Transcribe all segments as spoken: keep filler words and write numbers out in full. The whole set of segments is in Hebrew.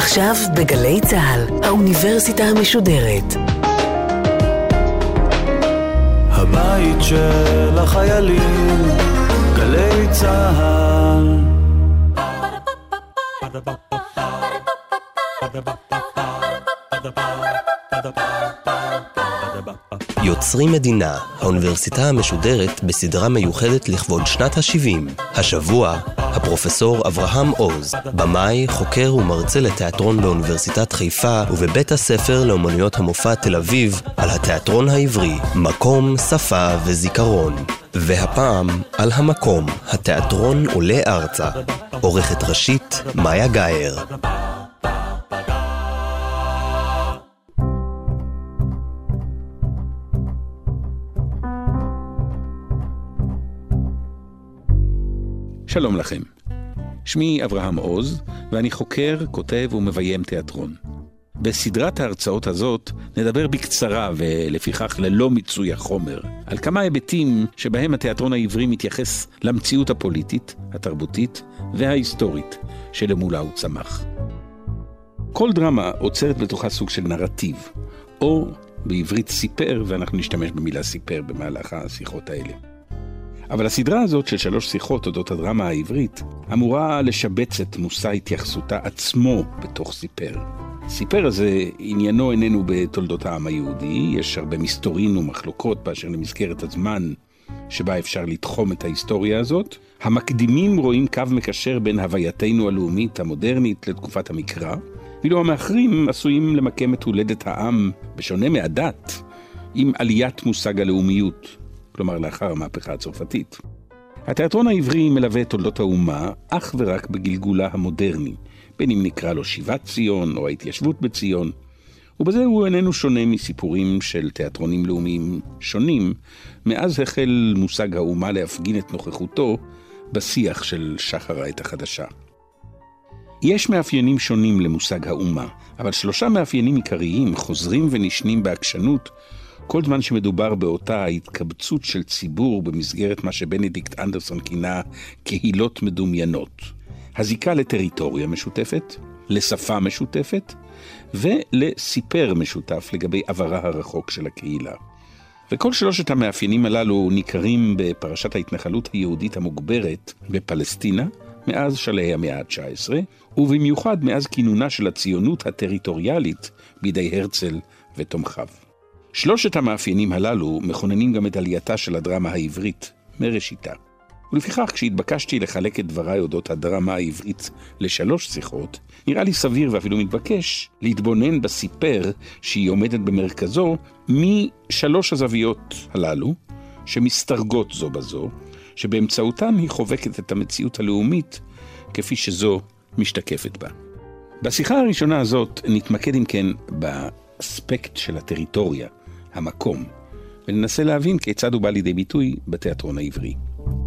עכשיו בגלי צהל, האוניברסיטה המשודרת. הבית של החיילים, גלי צהל. יוצרים מדינה, האוניברסיטה המשודרת בסדרה מיוחדת לכבוד שנת ה-שבעים. השבוע, הפרופסור אברהם עוז, במאי, חוקר ומרצה לתיאטרון באוניברסיטת חיפה ובבית הספר לאומנויות המופע תל אביב, על התיאטרון העברי, מקום, שפה וזיכרון. והפעם, על המקום, התיאטרון עולה ארצה. עורכת ראשית, מאיה גאייר. שלום לכם. שמי אברהם עוז, ואני חוקר, כותב ומביים תיאטרון. בסדרת ההרצאות הזאת נדבר בקצרה ולפיכך ללא מיצוי החומר, על כמה היבטים שבהם התיאטרון העברי מתייחס למציאות הפוליטית, התרבותית וההיסטורית שלמולה הוא צמח. כל דרמה עוצרת בתוכה סוג של נרטיב, או בעברית סיפר, ואנחנו נשתמש במילה סיפר במהלך השיחות האלה. אבל הסדרה הזאת של שלוש שיחות אודות הדרמה העברית אמורה לשבץ את מושא התייחסותה עצמו בתוך סיפר. סיפר הזה עניינו איננו בתולדות העם היהודי, יש הרבה מסתורין ומחלוקות באשר למסגרת הזמן שבה אפשר לתחום את ההיסטוריה הזאת. המקדימים רואים קו מקשר בין הווייתנו הלאומית המודרנית לתקופת המקרא, ואילו המאחרים עשויים למקם את הולדת העם, בשונה מהדת, עם עליית מושג הלאומיות. כלומר לאחר המהפכה הצרפתית. התיאטרון העברי מלווה את תולדות האומה אך ורק בגלגולה המודרני, בין אם נקרא לו שיבת ציון או ההתיישבות בציון, ובזה הוא איננו שונה מסיפורים של תיאטרונים לאומיים שונים, מאז החל מושג האומה להפגין את נוכחותו בשיח של שחר העת החדשה. יש מאפיינים שונים למושג האומה, אבל שלושה מאפיינים עיקריים חוזרים ונשנים בעקשנות, כל זמן שמדובר באותה ההתקבצות של ציבור במסגרת מה שבנדיקט אנדרסון כינה קהילות מדומיינות. הזיקה לטריטוריה משותפת, לשפה משותפת ולסיפר משותף לגבי עברה הרחוק של הקהילה. וכל שלושת המאפיינים הללו ניכרים בפרשת ההתנחלות היהודית המוגברת בפלסטינה מאז שלהי המאה ה-תשע עשרה, ובמיוחד מאז כינונה של הציונות הטריטוריאלית בידי הרצל ותומכיו. שלושת המאפיינים הללו מכוננים גם את עלייתה של הדרמה העברית מראשיתה. ולפיכך, כשהתבקשתי לחלק את דבריי אודות הדרמה העברית לשלוש שיחות, נראה לי סביר ואפילו מתבקש להתבונן בסיפר שהיא עומדת במרכזו משלוש הזוויות הללו, שמסתרגות זו בזו, שבאמצעותן היא חובקת את המציאות הלאומית כפי שזו משתקפת בה. בשיחה הראשונה הזאת נתמקד אם כן באספקט של הטריטוריה, המקום, וננסה להבין כיצד הוא בא לידי ביטוי בתיאטרון העברי.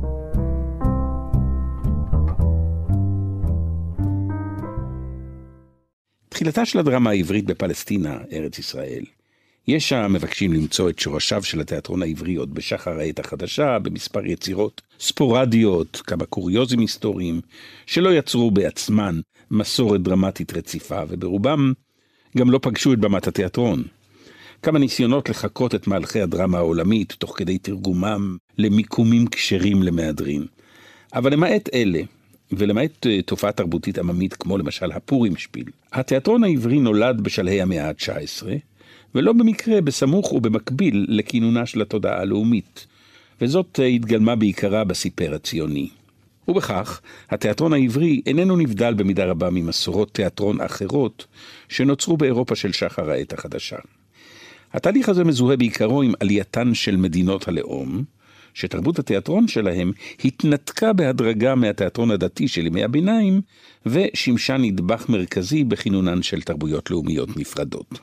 תחילתה של הדרמה העברית בפלסטינה, ארץ ישראל. יש המבקשים למצוא את שורשיו של התיאטרון העברי עוד בשחר העת החדשה, במספר יצירות ספורדיות, כמה קוריוזים היסטוריים, שלא יצרו בעצמן מסורת דרמטית רציפה, וברובם גם לא פגשו את במת התיאטרון. כמה ניסיונות לחקות את מהלכי הדרמה העולמית, תוך כדי תרגומם למיקומים כשרים למהדרין. אבל למעט אלה, ולמעט תופעה תרבותית עממית כמו למשל הפורים שפיל, התיאטרון העברי נולד בשלהי המאה ה-תשע עשרה, ולא במקרה בסמוך ובמקביל לכינונה של התודעה הלאומית, וזאת התגלמה בעיקרה בסיפר הציוני. ובכך, התיאטרון העברי איננו נבדל במידה רבה ממסורות תיאטרון אחרות שנוצרו באירופה של שחר העת החדשה. התהליך הזה מזוהה בעיקרו עם עלייתן של מדינות הלאום, שתרבות התיאטרון שלהם התנתקה בהדרגה מהתיאטרון הדתי של ימי הביניים, ושימשה נדבך מרכזי בכינונן של תרבויות לאומיות נפרדות.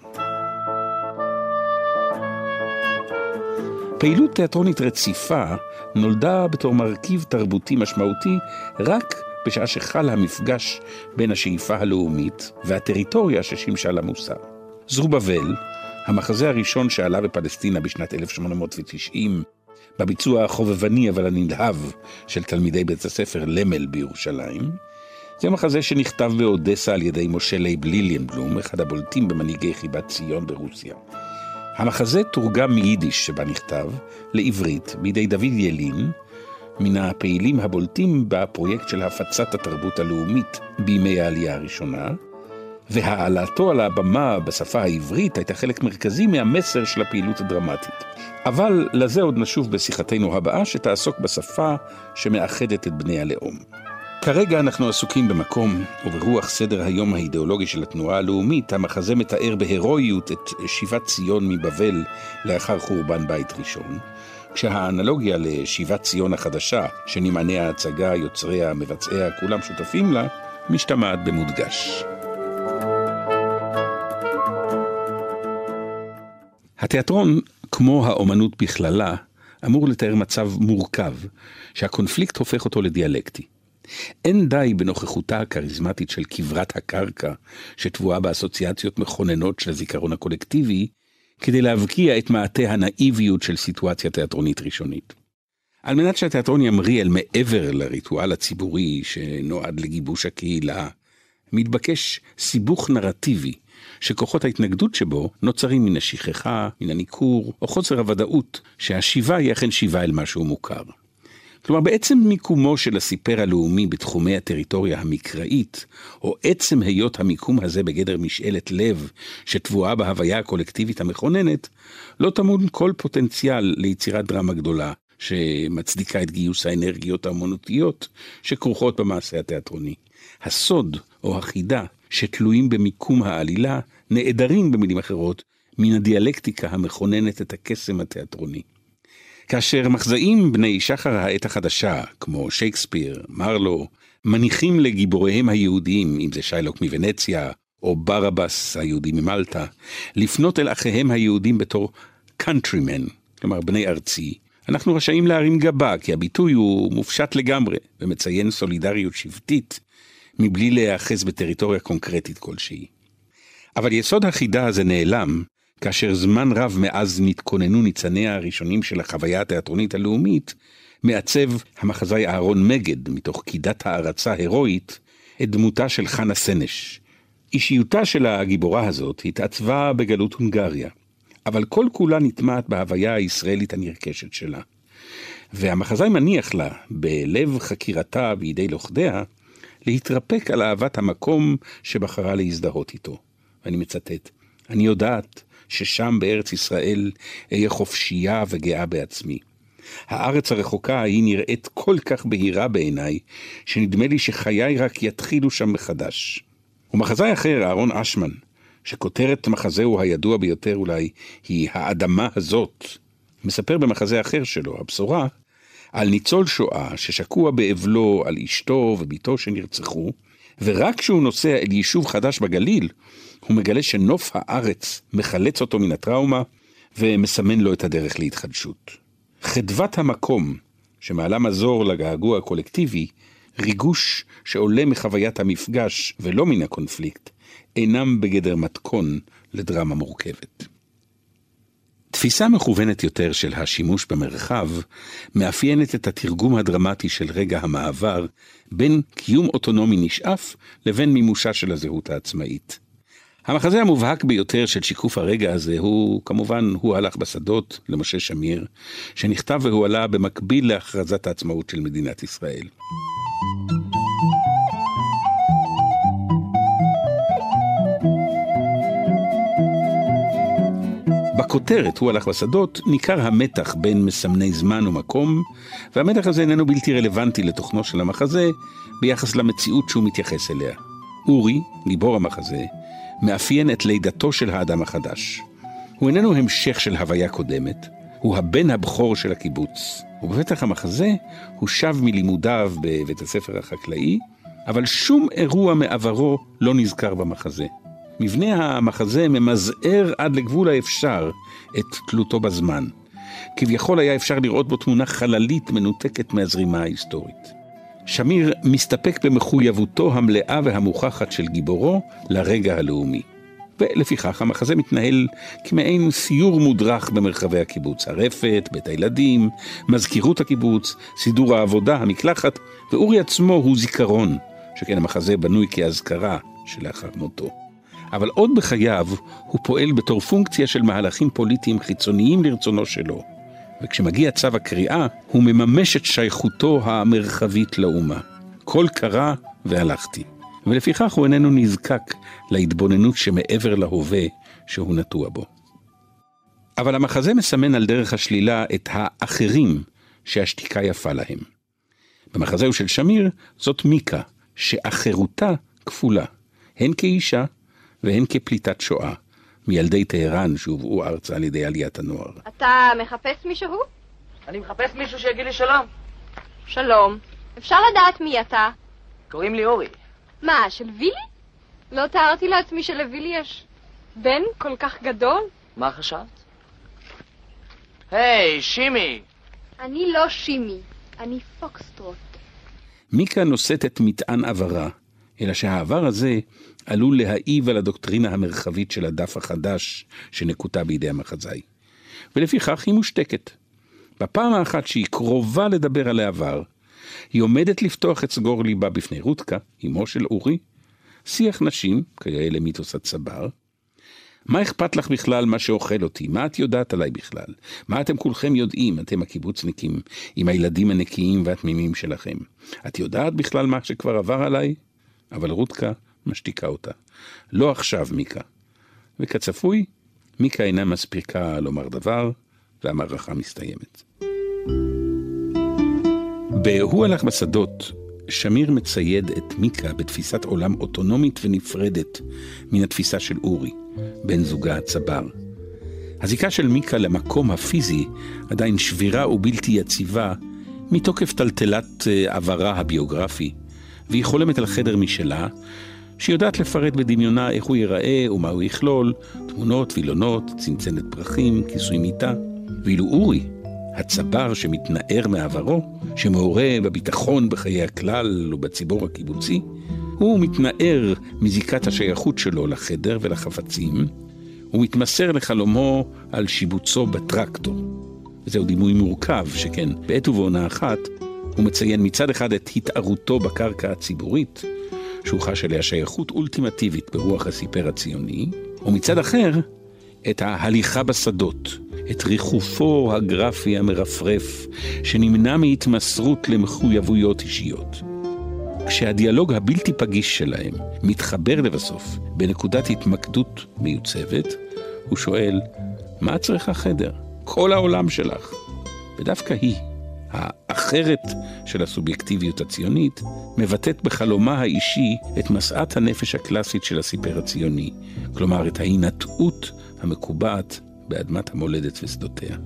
פעילות תיאטרונית רציפה נולדה בתור מרכיב תרבותי משמעותי רק בשעה שחל המפגש בין השאיפה הלאומית והטריטוריה ששימשה למושא. זרובבל, המחזה הראשון שעלה בפלסטינה בשנת אלף שמונה מאות ותשעים, בביצוע החובבני אבל הנלהב של תלמידי בית הספר למל בירושלים, זה מחזה שנכתב באודסה על ידי משה לייב ליליאנבלום, אחד הבולטים במנהיגי חיבת ציון ברוסיה. המחזה תורגם מיידיש שבה נכתב לעברית בידי דוד ילין, מן הפעילים הבולטים בפרויקט של הפצת התרבות הלאומית בימי העלייה הראשונה, והעלתו על הבמה בשפה העברית הייתה חלק מרכזי מהמסר של הפעילות הדרמטית. אבל לזה עוד נשוב בשיחתנו הבאה שתעסוק בשפה שמאחדת את בני הלאום. כרגע אנחנו עסוקים במקום וברוח סדר היום האידיאולוגי של התנועה הלאומית. המחזה מתאר בהירואיות את שיבת ציון מבבל לאחר חורבן בית ראשון, כשהאנלוגיה לשיבת ציון החדשה, שנמעני ההצגה, יוצריה, מבצעיה, כולם שותפים לה, משתמעת במודגש. התיאטרון, כמו האומנות בכללה, אמור לתאר מצב מורכב, שהקונפליקט הופך אותו לדיאלקטי. אין די בנוכחותה הכריזמטית של כברת הקרקע, שטבועה באסוציאציות מכוננות של הזיכרון הקולקטיבי, כדי להבקיע את מעטה הנאיביות של סיטואציה תיאטרונית ראשונית. על מנת שהתיאטרון ימריא אל מעבר לריטואל הציבורי שנועד לגיבוש הקהילה, מתבקש סיבוך נרטיבי, שכוחות ההתנגדות שבו נוצרים מן השכחה, מן הניכור, או חוסר הוודאות, שהשיבה היא אכן שיבה אל משהו מוכר. כלומר, בעצם מיקומו של הסיפר הלאומי בתחומי הטריטוריה המקראית, או עצם היות המיקום הזה בגדר משאלת לב שטבועה בהוויה הקולקטיבית המכוננת, לא טמון כל פוטנציאל ליצירת דרמה גדולה, שמצדיקה את גיוס האנרגיות האמנותיות שכרוכות במעשה התיאטרוני. הסוד או החידה שתלויים במיקום העלילה, נעדרים במילים אחרות מן הדיאלקטיקה המכוננת את הקסם התיאטרוני. כאשר מחזאים בני שחר העת החדשה, כמו שייקספיר, מרלו, מניחים לגיבוריהם היהודים, אם זה שיילוק מוונציה, או ברבס היהודי ממלטה, לפנות אל אחיהם היהודים בתור countrymen, כלומר בני ארצי, אנחנו רשאים להרים גבה, כי הביטוי הוא מופשט לגמרי, ומציין סולידריות שבטית, מבלי להיאחז בטריטוריה קונקרטית כלשהי. אבל יסוד החידה הזה נעלם, כאשר זמן רב מאז נתכוננו ניצניה הראשונים של החוויה התיאטרונית הלאומית, מעצב המחזאי אהרון מגד, מתוך קידת הערצה הירואית, את דמותה של חנה סנש. אישיותה של הגיבורה הזאת התעצבה בגלות הונגריה, אבל כל כולה נטמעת בהוויה הישראלית הנרכשת שלה. והמחזאי מניח לה, בלב חקירתה בידי לוכדיה, להתרפק על אהבת המקום שבחרה להזדהות איתו. ואני מצטט, אני יודעת ששם בארץ ישראל אהיה חופשייה וגאה בעצמי. הארץ הרחוקה היא נראית כל כך בהירה בעיניי, שנדמה לי שחיי רק יתחילו שם מחדש. ומחזאי אחר, אהרון אשמן, שכותרת מחזהו הידוע ביותר אולי היא האדמה הזאת, מספר במחזה אחר שלו, הבשורה, על ניצול שואה ששקוע באבלו על אשתו וביתו שנרצחו, ורק כשהוא נוסע אל יישוב חדש בגליל, הוא מגלה שנוף הארץ מחלץ אותו מן הטראומה, ומסמן לו את הדרך להתחדשות. חדוות המקום, שמעלה מזור לגעגוע הקולקטיבי, ריגוש שעולה מחוויית המפגש ולא מן הקונפליקט, אינם בגדר מתכון לדרמה מורכבת. תפיסה מכוונת יותר של השימוש במרחב מאפיינת את התרגום הדרמטי של רגע המעבר בין קיום אוטונומי נשאף לבין מימושה של הזהות העצמאית. המחזה המובהק ביותר של שיקוף הרגע הזה הוא, כמובן, הוא הלך בשדות למשה שמיר, שנכתב והועלה במקביל להכרזת העצמאות של מדינת ישראל. בכותרת הוא הלך בשדות, ניכר המתח בין מסמני זמן ומקום, והמתח הזה איננו בלתי רלוונטי לתוכנו של המחזה ביחס למציאות שהוא מתייחס אליה. אורי, גיבור המחזה, מאפיין את לידתו של האדם החדש. הוא איננו המשך של הוויה קודמת, הוא הבן הבכור של הקיבוץ. ובפתח המחזה הוא שב מלימודיו בבית הספר החקלאי, אבל שום אירוע מעברו לא נזכר במחזה. מבנה המחזה ממזער עד לגבול האפשר את תלותו בזמן. כביכול היה אפשר לראות בו תמונה חללית מנותקת מהזרימה ההיסטורית. שמיר מסתפק במחויבותו המלאה והמוכחת של גיבורו לרגע הלאומי. ולפיכך המחזה מתנהל כמעין סיור מודרך במרחבי הקיבוץ. הרפת, בית הילדים, מזכירות הקיבוץ, סידור העבודה, המקלחת, ואורי עצמו הוא זיכרון שכן המחזה בנוי כהזכרה שלאחר מותו. אבל עוד בחייו הוא פועל בתור פונקציה של מהלכים פוליטיים חיצוניים לרצונו שלו. וכשמגיע צו הקריאה, הוא מממש את שייכותו המרחבית לאומה. כל קרה והלכתי. ולפיכך הוא איננו נזקק להתבוננות שמעבר להווה שהוא נטוע בו. אבל המחזה מסמן על דרך השלילה את האחרים שהשתיקה יפה להם. במחזהו של שמיר זאת מיקה, שאחרותה כפולה, הן כאישה והן כפליטת שואה, מילדי טהרן שהובאו ארצה על ידי עליית הנוער. אתה מחפש מישהו? אני מחפש מישהו שיגיד לי שלום. שלום. אפשר לדעת מי אתה? קוראים לי אורי. מה, של וילי? לא תיארתי לעצמי שלווילי יש בן כל כך גדול. מה חשבת? היי, שימי. אני לא שימי, אני פוקסטרוט. מיקה נושאת את מטען עברה, אלא שהעבר הזה עלול להעיב על הדוקטרינה המרחבית של הדף החדש שנקוטה בידי המחזאי. ולפיכך היא מושתקת. בפעם האחת שהיא קרובה לדבר על העבר, היא עומדת לפתוח את סגור ליבה בפני רותקה, אמו של אורי, שיח נשים, כיאה למיתוס הצבר. מה אכפת לך בכלל מה שאוכל אותי? מה את יודעת עליי בכלל? מה אתם כולכם יודעים, אתם הקיבוצניקים, עם הילדים הנקיים והתמימים שלכם? את יודעת בכלל מה שכבר עבר עליי? אבל רותקה משתיקה אותה. לא עכשיו, מיקה. וכצפוי, מיקה אינה מספיקה לומר דבר, והמערכה מסתיימת. ב"הוא הלך בשדות", שמיר מצייד את מיקה בתפיסת עולם אוטונומית ונפרדת מן התפיסה של אורי, בן זוגה הצבר. הזיקה של מיקה למקום הפיזי עדיין שבירה ובלתי יציבה מתוקף טלטלת עברה הביוגרפי, והיא חולמת על חדר משלה, שיודעת לפרט בדמיונה איך הוא ייראה ומה הוא יכלול, תמונות, וילונות, צנצנת פרחים, כיסוי מיטה. ואילו אורי, הצבר שמתנער מעברו, שמעורה בביטחון בחיי הכלל ובציבור הקיבוצי, הוא מתנער מזיקת השייכות שלו לחדר ולחפצים, ומתמסר לחלומו על שיבוצו בטרקטור. וזהו דימוי מורכב, שכן בעת ובעונה אחת, הוא מציין מצד אחד את התערותו בקרקע הציבורית, שהוא חש עליה שייכות אולטימטיבית ברוח הסיפר הציוני, ומצד אחר, את ההליכה בשדות, את ריחופו הגרפי המרפרף, שנמנע מהתמסרות למחויבויות אישיות. כשהדיאלוג הבלתי פגיש שלהם מתחבר לבסוף בנקודת התמקדות מיוצבת, הוא שואל, מה צריך החדר? כל העולם שלך. ודווקא היא, האחרת של הסובייקטיביות הציונית, מבטאת בחלומה האישי את מסעת הנפש הקלאסית של הסיפר הציוני, כלומר את ההינטעות המקובעת באדמת המולדת ושדותיה.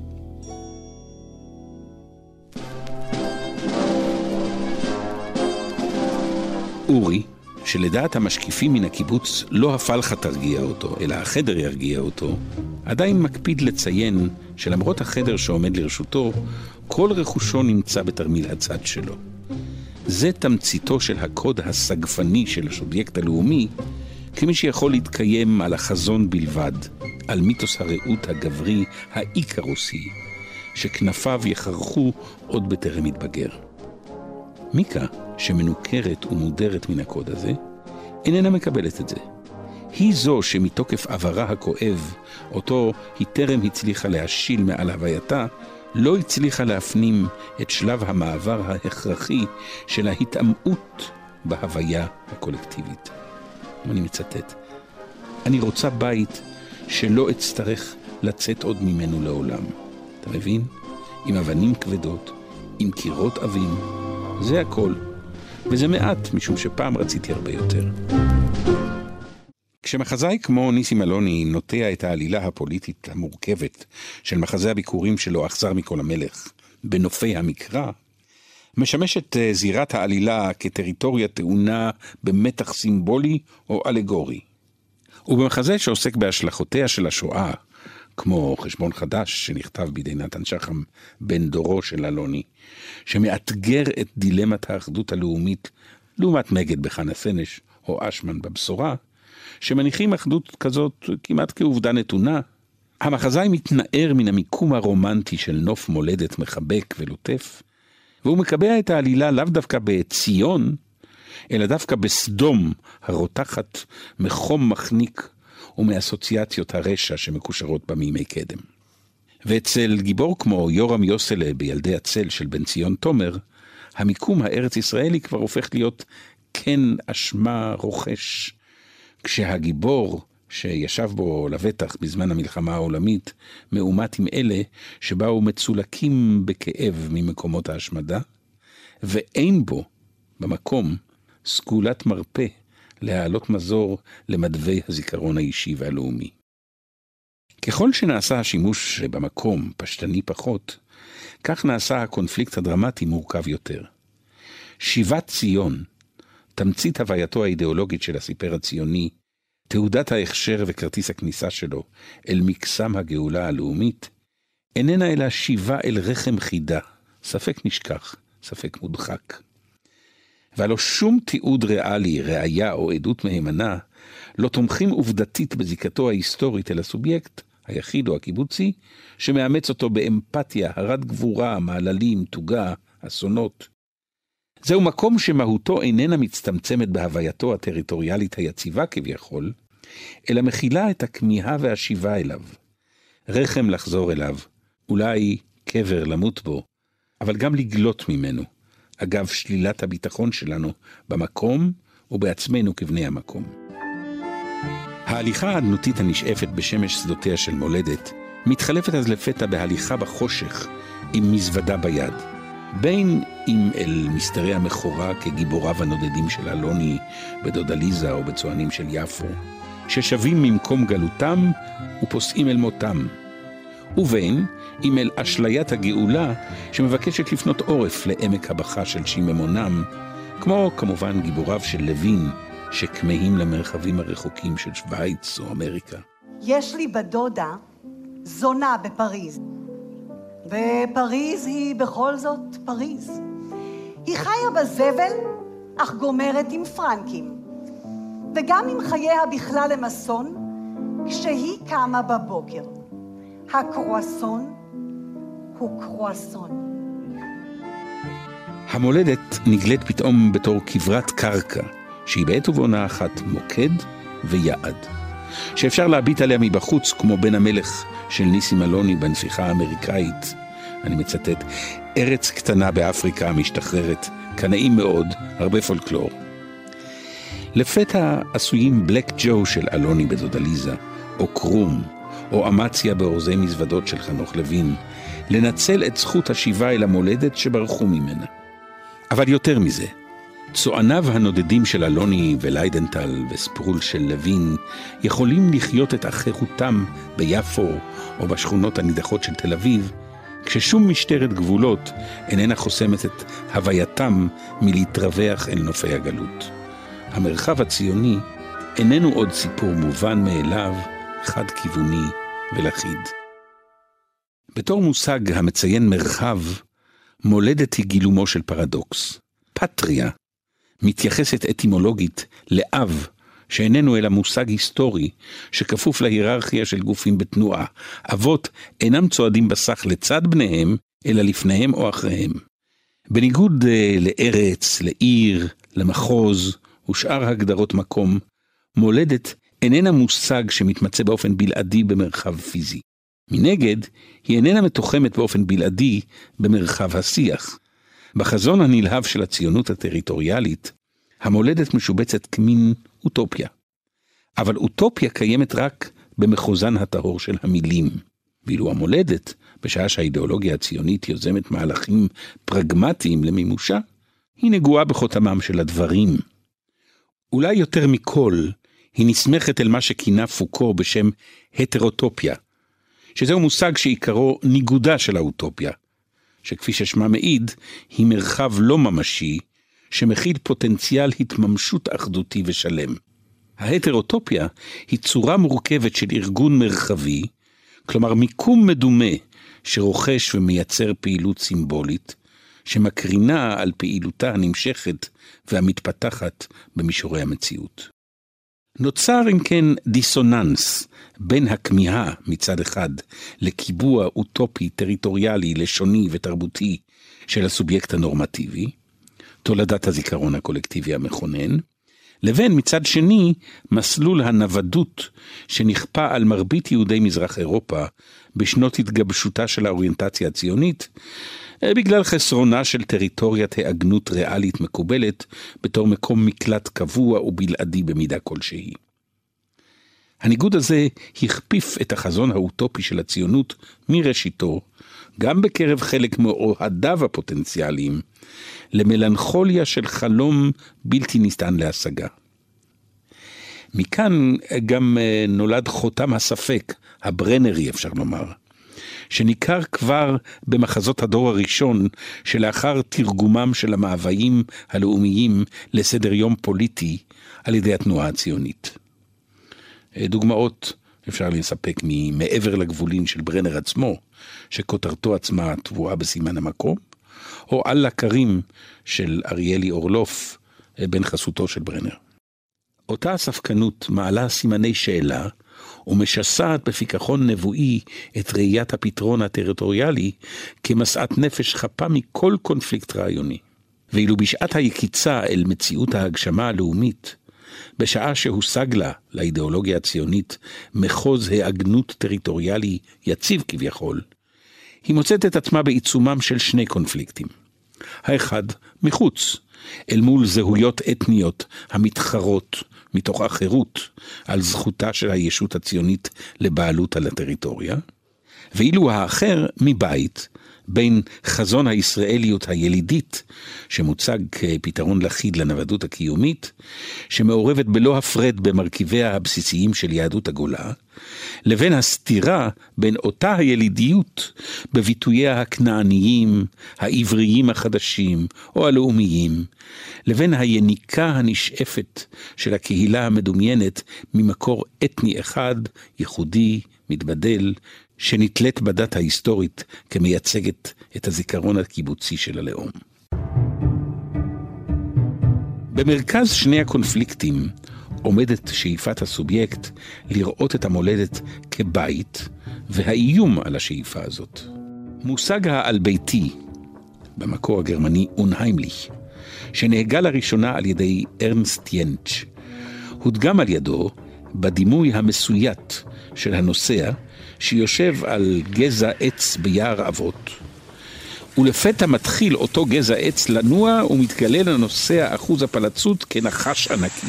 אורי, שלדעת המשקיפים מן הקיבוץ לא הפלחה תרגיע אותו, אלא החדר ירגיע אותו, עדיין מקפיד לציין שלמרות החדר שעומד לרשותו, כל רכושו נמצא בתרמיל הצד שלו. זה תמציתו של הקוד הסגפני של הסובייקט הלאומי, כמי שיכול להתקיים על החזון בלבד, על מיתוס הרעות הגברי האיקרוסי, שכנפיו יחרכו עוד בטרם מתבגר. מיקה, שמנוכרת ומודרת מן הקוד הזה, איננה מקבלת את זה. היא זו שמתוקף עברה הכואב, אותו היא טרם הצליחה להשיל מעל הווייתה, לא הצליחה להפנים את שלב המעבר ההכרחי של ההתאמעות בהוויה הקולקטיבית. אני מצטט, אני רוצה בית שלא אצטרך לצאת עוד ממנו לעולם. אתה מבין? עם אבנים כבדות, עם קירות עבים, זה הכל. וזה מעט, משום שפעם רציתי הרבה יותר. כשמחזאי כמו ניסים אלוני נוטע את העלילה הפוליטית המורכבת של מחזה הביקורים שלו אכזר מכל המלך בנופי המקרא, משמשת זירת העלילה כטריטוריה טעונה במתח סימבולי או אלגורי. ובמחזה שעוסק בהשלכותיה של השואה, כמו חשבון חדש שנכתב בידי נתן שחם בן דורו של אלוני, שמאתגר את דילמת האחדות הלאומית לעומת מגד בחנה סנש או אשמן בבשורה, שמניחים אחדות כזאת כמעט כעובדה נתונה, המחזאי מתנער מן המיקום הרומנטי של נוף מולדת מחבק ולוטף, והוא מקבע את העלילה לאו דווקא בציון, אלא דווקא בסדום הרותחת מחום מחניק ומאסוציאציות הרשע שמקושרות בה מימי קדם. ואצל גיבור כמו יורם יוסלה בילדי הצל של בן ציון תומר, המיקום הארץ ישראלי כבר הופך להיות כן אשמה רוכש, כשהגיבור שישב בו לבטח בזמן המלחמה העולמית, מאומת עם אלה שבאו מצולקים בכאב ממקומות ההשמדה, ואין בו במקום סגולת מרפא להעלות מזור למדווי הזיכרון האישי והלאומי. ככל שנעשה השימוש במקום פשטני פחות, כך נעשה הקונפליקט הדרמטי מורכב יותר. שיבת ציון, תמצית הווייתו האידיאולוגית של הסיפר הציוני, תעודת ההכשר וכרטיס הכניסה שלו אל מקסם הגאולה הלאומית, איננה אלא שיבה אל רחם חידה, ספק נשכח, ספק מודחק. ועלו שום תיעוד ריאלי, ראיה או עדות מהימנה, לא תומכים עובדתית בזיקתו ההיסטורית אל הסובייקט, היחיד או הקיבוצי, שמאמץ אותו באמפתיה, הרד גבורה, מעללים, תוגה, אסונות. זהו מקום שמהותו איננה מצטמצמת בהווייתו הטריטוריאלית היציבה כביכול, אלא מכילה את הכמיהה והשיבה אליו. רחם לחזור אליו, אולי קבר למות בו, אבל גם לגלות ממנו, אגב שלילת הביטחון שלנו במקום ובעצמנו כבני המקום. ההליכה האדנותית הנשאפת בשמש שדותיה של מולדת, מתחלפת אז לפתע בהליכה בחושך עם מזוודה ביד. בין אם אל מסתרי המחורה כגיבוריו הנודדים של אלוני בדודליזה או בצוענים של יפו, ששבים ממקום גלותם ופוסעים אל מותם. ובין אם אל אשליית הגאולה שמבקשת לפנות עורף לעמק הבכה של שיממונם, כמו כמובן גיבוריו של לוין שכמהים למרחבים הרחוקים של שוויץ או אמריקה. יש לי בדודה זונה בפריז. ופריז היא בכל זאת פריז. היא חיה בזבל, אך גומרת עם פרנקים. וגם עם חייה בכלל הם אסון, כשהיא קמה בבוקר. הקרואסון הוא קרואסון. המולדת נגלית פתאום בתור כברת קרקע, שהיא בעת ובעונה אחת מוקד ויעד. שאפשר להביט עליה מבחוץ כמו בן המלך של ניסים אלוני בנפיחה האמריקאית, אני מצטט, ארץ קטנה באפריקה המשתחררת, כנעים מאוד, הרבה פולקלור. לפתע עשויים בלק ג'ו של אלוני בדודליזה, או קרום, או אמציה באורזי מזוודות של חנוך לוין, לנצל את זכות השיבה אל המולדת שברחו ממנה. אבל יותר מזה, צועניו הנודדים של אלוני וליידנטל וספרול של לוין יכולים לחיות את אחרותם ביפו או בשכונות הנידחות של תל אביב, כששום משטרת גבולות איננה חוסמת את הווייתם מלהתרווח אל נופי הגלות. המרחב הציוני איננו עוד סיפור מובן מאליו, חד כיווני ולחיד. בתור מושג המציין מרחב, מולדת היא גילומו של פרדוקס. פטריה מתייחסת אטימולוגית לאב, שאיננו אלא מושג היסטורי, שכפוף להיררכיה של גופים בתנועה. אבות אינם צועדים בסך לצד בניהם, אלא לפניהם או אחריהם. בניגוד לארץ, לעיר, למחוז ושאר הגדרות מקום, מולדת איננה מושג שמתמצא באופן בלעדי במרחב פיזי. מנגד, היא איננה מתוחמת באופן בלעדי במרחב השיח. בחזון הנלהב של הציונות הטריטוריאלית, המולדת משובצת כמין אוטופיה. אבל אוטופיה קיימת רק במחוזן הטהור של המילים. ואילו המולדת, בשעה שהאידיאולוגיה הציונית יוזמת מהלכים פרגמטיים למימושה, היא נגועה בחותמם של הדברים. אולי יותר מכל, היא נסמכת אל מה שכינה פוקו בשם הטרוטופיה, שזהו מושג שעיקרו ניגודה של האוטופיה, שכפי ששמה מעיד, היא מרחב לא ממשי, שמכיל פוטנציאל התממשות אחדותי ושלם. ההטרוטופיה היא צורה מורכבת של ארגון מרחבי, כלומר מיקום מדומה שרוכש ומייצר פעילות סימבולית, שמקרינה על פעילותה הנמשכת והמתפתחת במישורי המציאות. נוצר אם כן דיסוננס בין הכמיהה מצד אחד לקיבוע אוטופי, טריטוריאלי, לשוני ותרבותי של הסובייקט הנורמטיבי, תולדת הזיכרון הקולקטיבי המכונן, לבין מצד שני מסלול הנוודות שנכפה על מרבית יהודי מזרח אירופה בשנות התגבשותה של האוריינטציה הציונית, בגלל חסרונה של טריטוריית העגנות ריאלית מקובלת בתור מקום מקלט קבוע ובלעדי במידה כלשהי. הניגוד הזה הכפיף את החזון האוטופי של הציונות מראשיתו, גם בקרב חלק מאוהדיו הפוטנציאליים, למלנכוליה של חלום בלתי ניתן להשגה. מכאן גם נולד חותם הספק, הברנרי אפשר לומר, שניכר כבר במחזות הדור הראשון שלאחר תרגומם של המאוויים הלאומיים לסדר יום פוליטי על ידי התנועה הציונית. דוגמאות אפשר לספק ממעבר לגבולין של ברנר עצמו, שכותרתו עצמה טבועה בסימן המקום, או על לקרים של אריאלי אורלוף, בן חסותו של ברנר. אותה הספקנות מעלה סימני שאלה, ומשסעת בפיכחון נבואי את ראיית הפתרון הטריטוריאלי כמסעת נפש חפה מכל קונפליקט רעיוני. ואילו בשעת היקיצה אל מציאות ההגשמה הלאומית, בשעה שהושג לה, לאידיאולוגיה הציונית, מחוז העגנות טריטוריאלי יציב כביכול, היא מוצאת את עצמה בעיצומם של שני קונפליקטים. האחד מחוץ, אל מול זהויות אתניות המתחרות מתוך החירות על זכותה של הישות הציונית לבעלות על הטריטוריה, ואילו האחר מבית, בין חזון הישראליות הילידית, שמוצג כפתרון לחיד לנוודות הקיומית, שמעורבת בלא הפרד במרכיביה הבסיסיים של יהדות הגולה, לבין הסתירה בין אותה הילידיות בביטוייה הכנעניים, העבריים החדשים או הלאומיים, לבין היניקה הנשאפת של הקהילה המדומיינת ממקור אתני אחד, ייחודי, מתבדל, שנתלת בדת ההיסטורית כמייצגת את הזיכרון הקיבוצי של הלאום. במרכז שני הקונפליקטים עומדת שאיפת הסובייקט לראות את המולדת כבית, והאיום על השאיפה הזאת. מושג העל ביתי, במקור הגרמני אונהיימליך, שנהגה לראשונה על ידי ארנסט ינץ', הודגם על ידו בדימוי המסוית של הנוסע, שיושב על גזע עץ ביער אבות, ולפתע מתחיל אותו גזע עץ לנוע ומתגלה לנוסע אחוז הפלצות כנחש ענקי.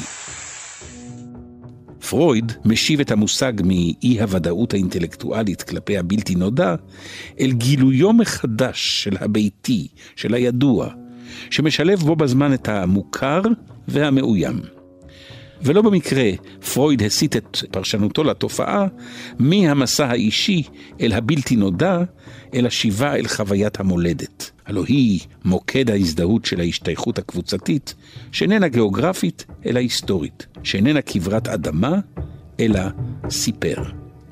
פרויד משיב את המושג מאי הוודאות האינטלקטואלית כלפי הבלתי נודע, אל גילויו מחדש של הביתי, של הידוע, שמשלב בו בזמן את המוכר והמאוים. ולא במקרה פרויד הסיט את פרשנותו לתופעה מהמסע האישי אל הבלתי נודע, אל השיבה אל חוויית המולדת. הלוא היא מוקד ההזדהות של ההשתייכות הקבוצתית, שאיננה גיאוגרפית אלא היסטורית, שאיננה כברת אדמה אלא סיפר.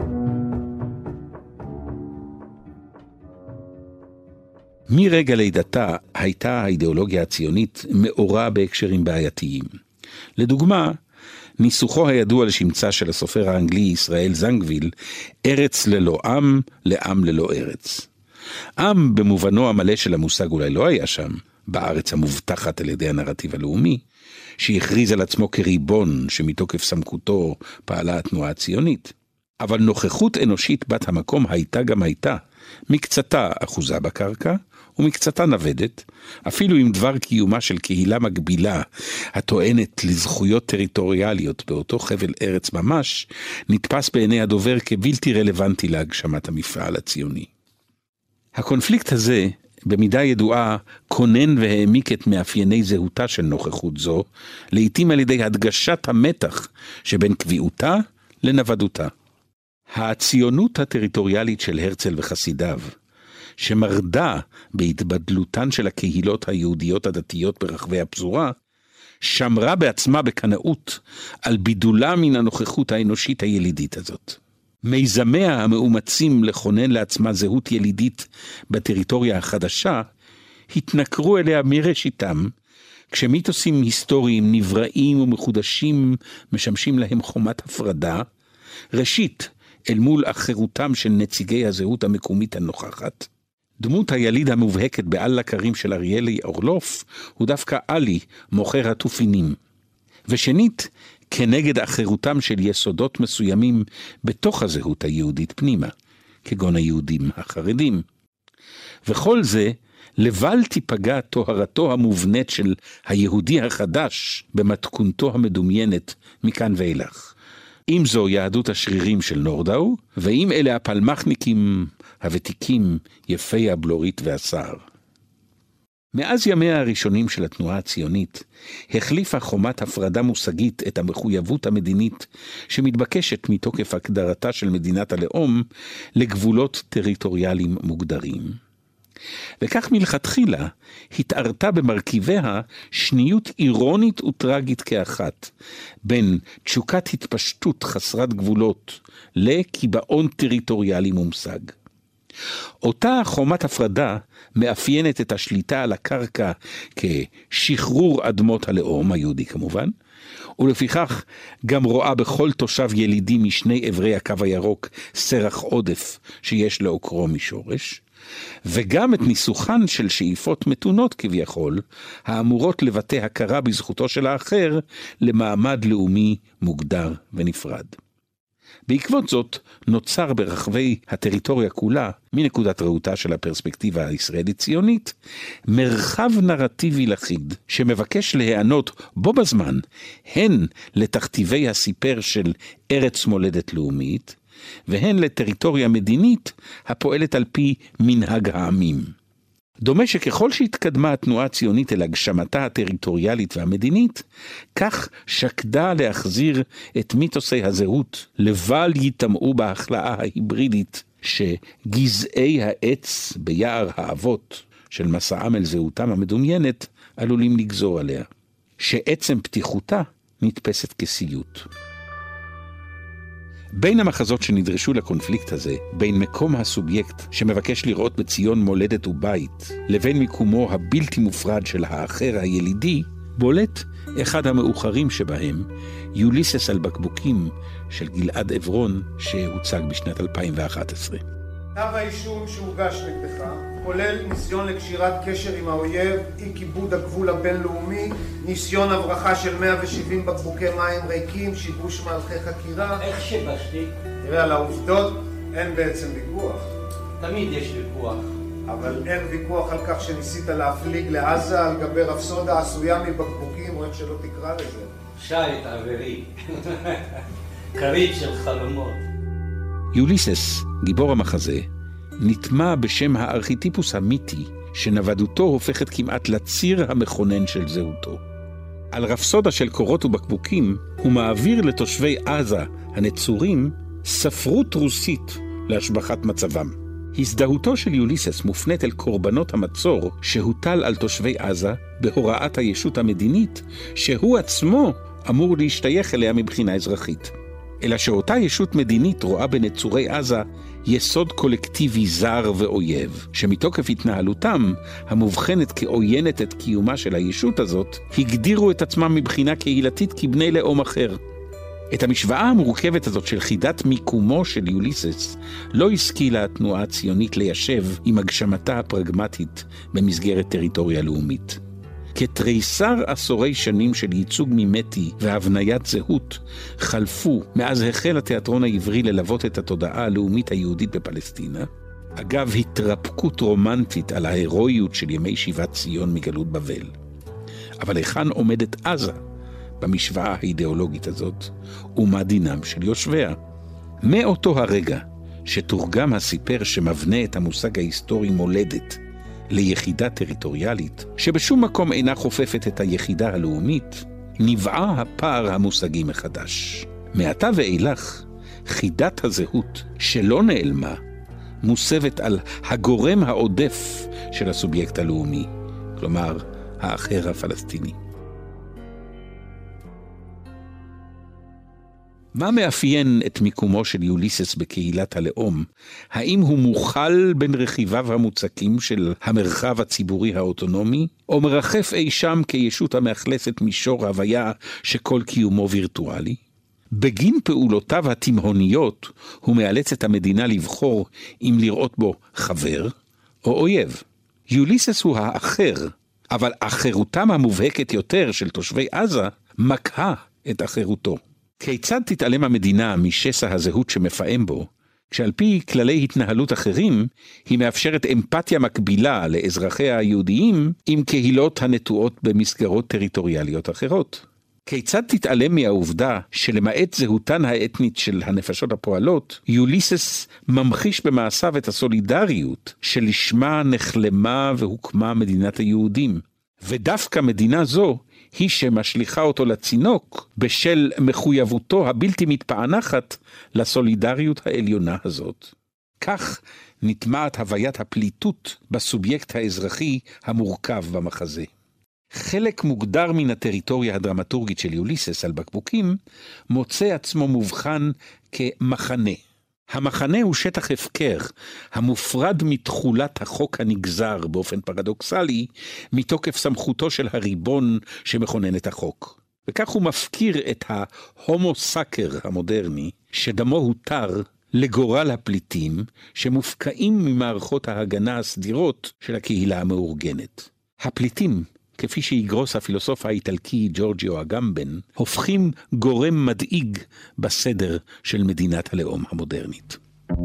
מרגע לידתה הייתה האידיאולוגיה הציונית מאורה בהקשרים בעייתיים. לדוגמה, ניסוחו הידוע לשמצה של הסופר האנגלי ישראל זנגוויל, ארץ ללא עם, לעם ללא ארץ. עם במובנו המלא של המושג אולי לא היה שם, בארץ המובטחת על ידי הנרטיב הלאומי, שהכריז על עצמו כריבון שמתוקף סמכותו פעלה התנועה הציונית. אבל נוכחות אנושית בת המקום הייתה גם הייתה, מקצתה אחוזה בקרקע, ומקצתה נוודת, אפילו עם דבר קיומה של קהילה מגבילה, הטוענת לזכויות טריטוריאליות באותו חבל ארץ ממש, נתפס בעיני הדובר כבלתי רלוונטי להגשמת המפעל הציוני. הקונפליקט הזה, במידה ידועה, כונן והעמיק את מאפייני זהותה של נוכחות זו, לעתים על ידי הדגשת המתח שבין קביעותה לנוודותה. הציונות הטריטוריאלית של הרצל וחסידיו, שמרדה בהתבדלותן של הקהילות היהודיות הדתיות ברחבי הפזורה, שמרה בעצמה בקנאות על בידולה מן הנוכחות האנושית הילידית הזאת. מיזמיה המאומצים לכונן לעצמה זהות ילידית בטריטוריה החדשה, התנקרו אליה מראשיתם, כשמיתוסים היסטוריים נבראים ומחודשים משמשים להם חומת הפרדה, ראשית אל מול אחרותם של נציגי הזהות המקומית הנוכחת, דמות היליד המובהקת בעל לקרים של אריאלי אורלוף הוא דווקא אלי, מוכר התופינים. ושנית, כנגד אחרותם של יסודות מסוימים בתוך הזהות היהודית פנימה, כגון היהודים החרדים. וכל זה לבל תיפגע תוארתו המובנית של היהודי החדש במתכונתו המדומיינת מכאן ואילך. אם זו יהדות השרירים של נורדאו, ואם אלה הפלמחניקים הוותיקים יפי הבלורית והסער. מאז ימיה הראשונים של התנועה הציונית, החליפה חומת הפרדה מושגית את המחויבות המדינית שמתבקשת מתוקף הגדרתה של מדינת הלאום לגבולות טריטוריאליים מוגדרים. וכך מלכתחילה התארתה במרכיביה שניות אירונית וטרגית כאחת, בין תשוקת התפשטות חסרת גבולות לקיבעון טריטוריאלי מומשג. אותה חומת הפרדה מאפיינת את השליטה על הקרקע כשחרור אדמות הלאום, היהודי כמובן, ולפיכך גם רואה בכל תושב ילידי משני עברי הקו הירוק סרח עודף שיש לעוקרו משורש, וגם את ניסוחן של שאיפות מתונות כביכול, האמורות לבטא הכרה בזכותו של האחר למעמד לאומי מוגדר ונפרד. בעקבות זאת נוצר ברחבי הטריטוריה כולה, מנקודת ראותה של הפרספקטיבה הישראלית ציונית, מרחב נרטיבי לחיד, שמבקש להיענות בו בזמן, הן לתכתיבי הסיפר של ארץ מולדת לאומית, והן לטריטוריה מדינית הפועלת על פי מנהג העמים. דומה שככל שהתקדמה התנועה הציונית אל הגשמתה הטריטוריאלית והמדינית, כך שקדה להחזיר את מיתוסי הזהות, לבל יטמעו בהחלאה ההיברידית שגזעי העץ ביער האבות של מסעם אל זהותם המדומיינת עלולים לגזור עליה, שעצם פתיחותה נתפסת כסיוט. בין המחזות שנדרשו לקונפליקט הזה, בין מקום הסובייקט שמבקש לראות בציון מולדת ובית, לבין מיקומו הבלתי מופרד של האחר הילידי, בולט אחד המאוחרים שבהם, יוליסס על בקבוקים של גלעד עברון, שהוצג בשנת אלפיים ואחת עשרה. כתב האישום שהוגש נגדך כולל ניסיון לקשירת קשר עם האויב, אי כיבוד הגבול הבינלאומי, ניסיון הברחה של מאה ושבעים בקבוקי מים ריקים, שיבוש מהלכי חקירה. איך שיבשתי? תראה, על העובדות אין בעצם ויכוח. תמיד יש ויכוח. אבל אין ויכוח על כך שניסית להפליג לעזה על גבי רפסודה עשויה מבקבוקים, או איך שלא תקרא לזה. שייט עברי. כרית של חלומות. יוליסס, גיבור המחזה, נטמע בשם הארכיטיפוס המיתי, שנוודותו הופכת כמעט לציר המכונן של זהותו. על רפסודה של קורות ובקבוקים, הוא מעביר לתושבי עזה הנצורים ספרות רוסית להשבחת מצבם. הזדהותו של יוליסס מופנית אל קורבנות המצור שהוטל על תושבי עזה בהוראת הישות המדינית, שהוא עצמו אמור להשתייך אליה מבחינה אזרחית. אלא שאותה ישות מדינית רואה בנצורי עזה יסוד קולקטיבי זר ואויב, שמתוקף התנהלותם, המובחנת כעוינת את קיומה של הישות הזאת, הגדירו את עצמם מבחינה קהילתית כבני לאום אחר. את המשוואה המורכבת הזאת של חידת מיקומו של יוליסס, לא השכילה התנועה הציונית ליישב עם הגשמתה הפרגמטית במסגרת טריטוריה לאומית. כתריסר עשורי שנים של ייצוג מימטי והבניית זהות חלפו מאז החל התיאטרון העברי ללוות את התודעה הלאומית היהודית בפלסטינה, אגב התרפקות רומנטית על ההירואיות של ימי שיבת ציון מגלות בבל. אבל היכן עומדת עזה במשוואה האידיאולוגית הזאת, ומה דינם של יושביה? מאותו הרגע שתורגם הסיפר שמבנה את המושג ההיסטורי מולדת ליחידה טריטוריאלית, שבשום מקום אינה חופפת את היחידה הלאומית, נבעה הפער המושגי מחדש. מעתה ואילך, חידת הזהות שלא נעלמה, מוסבת על הגורם העודף של הסובייקט הלאומי, כלומר, האחר הפלסטיני. מה מאפיין את מיקומו של יוליסס בקהילת הלאום? האם הוא מוכל בין רכיביו המוצקים של המרחב הציבורי האוטונומי, או מרחף אי שם כישות המאכלסת מישור הוויה שכל קיומו וירטואלי? בגין פעולותיו התימהוניות הוא מאלץ את המדינה לבחור אם לראות בו חבר, או אויב. יוליסס הוא האחר, אבל אחרותם המובהקת יותר של תושבי עזה מקהה את אחרותו. כיצד תתעלם המדינה משסע הזהות שמפעם בו, כשעל פי כללי התנהלות אחרים היא מאפשרת אמפתיה מקבילה לאזרחיה היהודיים עם קהילות הנטועות במסגרות טריטוריאליות אחרות? כיצד תתעלם מהעובדה שלמעט זהותן האתנית של הנפשות הפועלות, יוליסס ממחיש במעשיו את הסולידריות שלשמה נחלמה והוקמה מדינת היהודים. ודווקא מדינה זו היא שמשליחה אותו לצינוק בשל מחויבותו הבלתי מתפענחת לסולידריות העליונה הזאת. כך נטמעת הוויית הפליטות בסובייקט האזרחי המורכב במחזה. חלק מוגדר מן הטריטוריה הדרמטורגית של יוליסס על בקבוקים מוצא עצמו מובחן כמחנה. המחנה הוא שטח הפקר, המופרד מתחולת החוק הנגזר באופן פרדוקסלי, מתוקף סמכותו של הריבון שמכונן את החוק. וכך הוא מפקיר את ההומו סאקר המודרני, שדמו הותר לגורל הפליטים שמופקעים ממערכות ההגנה הסדירות של הקהילה המאורגנת. הפליטים, כפי שיגרוס הפילוסוף האיטלקי ג'ורג'יו אגמבן, הופכים גורם מדאיג בסדר של מדינת הלאום המודרנית.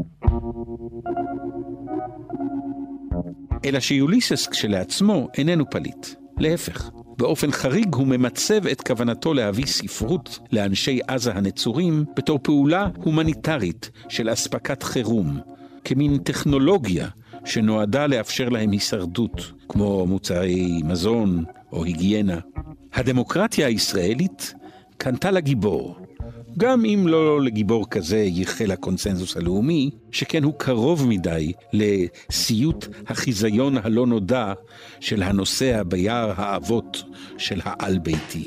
אלא שיוליסס כשלעצמו איננו פליט. להפך, באופן חריג הוא ממצב את כוונתו להביא ספרות לאנשי עזה הנצורים בתור פעולה הומניטרית של אספקת חירום, כמין טכנולוגיה שנועדה לאפשר להם הישרדות, כמו מוצרי מזון או היגיינה. הדמוקרטיה הישראלית קנתה לגיבור, גם אם לא לגיבור כזה ייחל הקונסנזוס הלאומי, שכן הוא קרוב מדי לסיוט החיזיון הלא נודע של הנוסע ביער האבות של העל ביתי.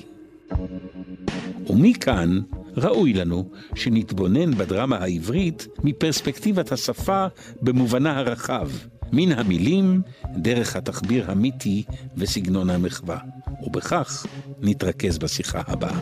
ומכאן ראוי לנו שנתבונן בדרמה העברית מפרספקטיבת השפה במובנה הרחב, מן המילים דרך התחביר המיתי וסגנון המחווה. ובכך נתרכז בשיחה הבאה.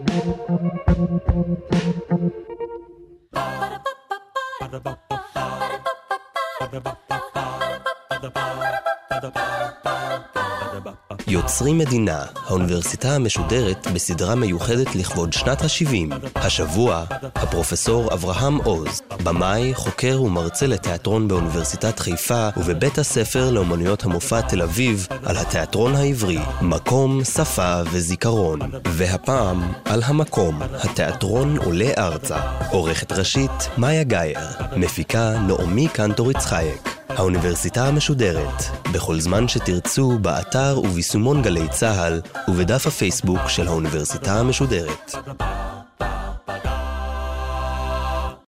יוצרים מדינה, האוניברסיטה המשודרת בסדרה מיוחדת לכבוד שנת ה-שבעים. השבוע, הפרופסור אברהם עוז, במאי, חוקר ומרצה לתיאטרון באוניברסיטת חיפה ובבית הספר לאומנויות המופע תל אביב, על התיאטרון העברי, מקום, שפה וזיכרון. והפעם, על המקום, התיאטרון עולה ארצה. עורכת ראשית, מאיה גייר. מפיקה, נעמי קנטוריץ חייק. האוניברסיטה המשודרת, בכל זמן שתרצו, באתר וביישומון גלי צהל ובדף הפייסבוק של האוניברסיטה המשודרת.